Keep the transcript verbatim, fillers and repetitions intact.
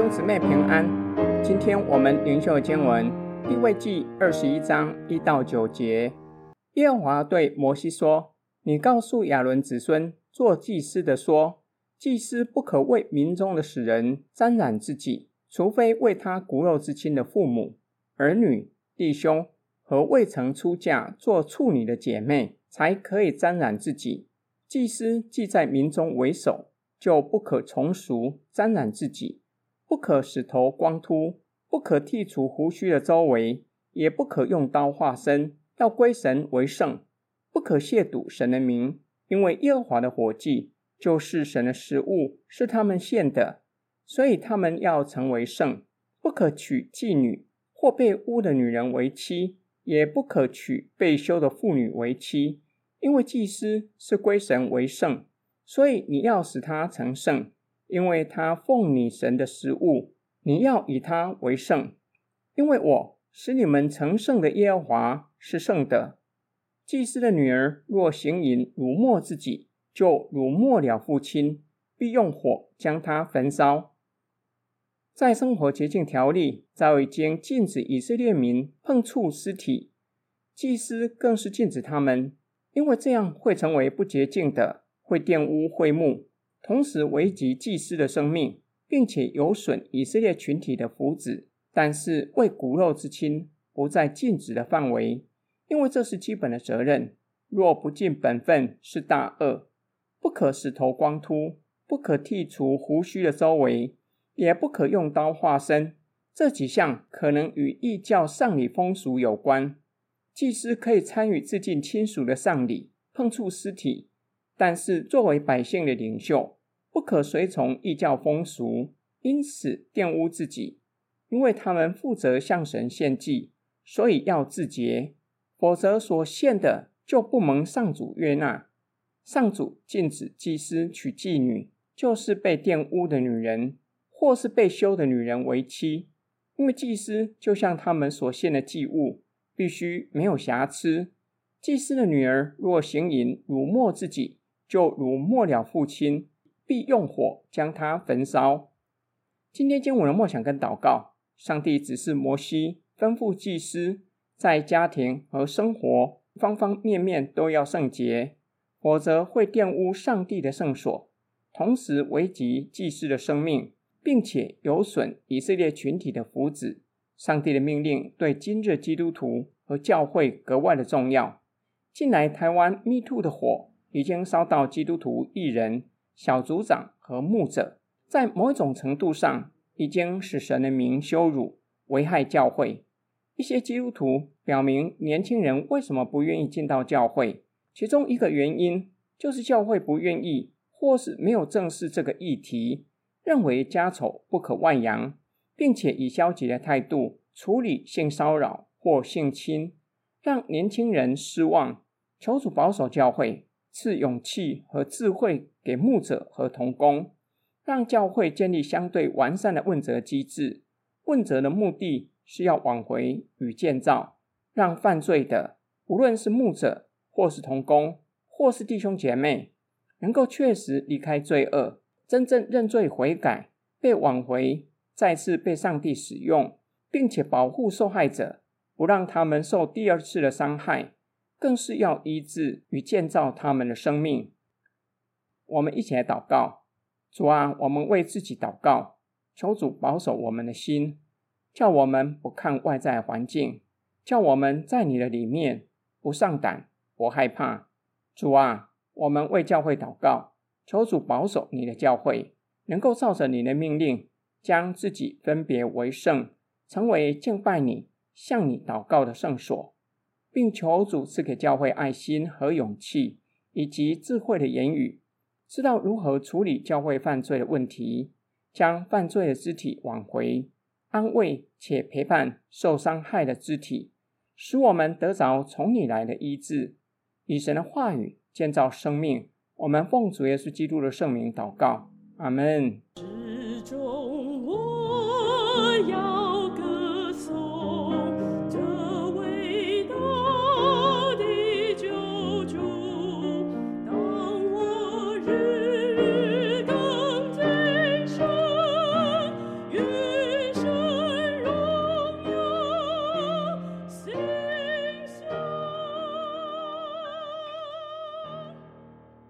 兄姊妹平安。今天我们灵修经文利未记二十一章一到九节。耶和华对摩西说：你告诉亚伦子孙做祭司的说，祭司不可为民中的死人沾染自己，除非为他骨肉之亲的父母、儿女、弟兄和未曾出嫁做处女的姐妹，才可以沾染自己。祭司既在民中为首，就不可从俗沾染自己，不可使头光秃，不可剔除胡须的周围，也不可用刀划身，要归神为圣，不可亵渎神的名，因为耶和华的火祭就是神的食物，是他们献的，所以他们要成为圣。不可娶妓女或被污的女人为妻，也不可娶被休的妇女为妻，因为祭司是归神为圣，所以你要使他成圣，因为他奉你神的食物，你要以他为圣。因为我使你们成圣的耶和华是圣的。祭司的女儿若行淫辱没自己，就辱没了父亲，必用火将他焚烧。在生活洁净条例早已经禁止以色列民碰触尸体，祭司更是禁止他们，因为这样会成为不洁净的，会玷污会幕，同时危及祭司的生命，并且有损以色列群体的福祉。但是为骨肉之亲不在禁止的范围，因为这是基本的责任，若不尽本分是大恶。不可使头光秃，不可剔除胡须的周围，也不可用刀划身。这几项可能与异教丧礼风俗有关。祭司可以参与致敬亲属的丧礼，碰触尸体，但是作为百姓的领袖，不可随从异教风俗，因此玷污自己。因为他们负责向神献祭，所以要自洁，否则所献的就不蒙上主悦纳。上主禁止祭司娶妓女，就是被玷污的女人，或是被休的女人为妻，因为祭司就像他们所献的祭物，必须没有瑕疵。祭司的女儿若行淫辱没自己，就辱没了父亲，必用火将他焚烧。今天经文的默想跟祷告，上帝指示摩西吩咐祭司在家庭和生活方方面面都要圣洁，否则会玷污上帝的圣所，同时危及祭司的生命，并且有损以色列群体的福祉。上帝的命令对今日基督徒和教会格外的重要。近来台湾 Me Too 的火已经烧到基督徒艺人、小组长和牧者，在某一种程度上已经使神的名羞辱，危害教会。一些基督徒表明年轻人为什么不愿意进到教会，其中一个原因就是教会不愿意或是没有正视这个议题，认为家丑不可外扬，并且以消极的态度处理性骚扰或性侵，让年轻人失望。求主保守教会，赐勇气和智慧给牧者和同工，让教会建立相对完善的问责机制。问责的目的是要挽回与建造，让犯罪的，无论是牧者或是同工或是弟兄姐妹，能够确实离开罪恶，真正认罪悔改，被挽回，再次被上帝使用，并且保护受害者，不让他们受第二次的伤害，更是要医治与建造他们的生命。我们一起来祷告。主啊，我们为自己祷告，求主保守我们的心，叫我们不看外在环境，叫我们在你的里面不上胆不害怕。主啊，我们为教会祷告，求主保守你的教会能够照着你的命令，将自己分别为圣，成为敬拜你向你祷告的圣所，并求主赐给教会爱心和勇气，以及智慧的言语，知道如何处理教会犯罪的问题，将犯罪的肢体挽回，安慰且陪伴受伤害的肢体，使我们得着从你来的医治，以神的话语建造生命。我们奉主耶稣基督的圣名祷告，阿们。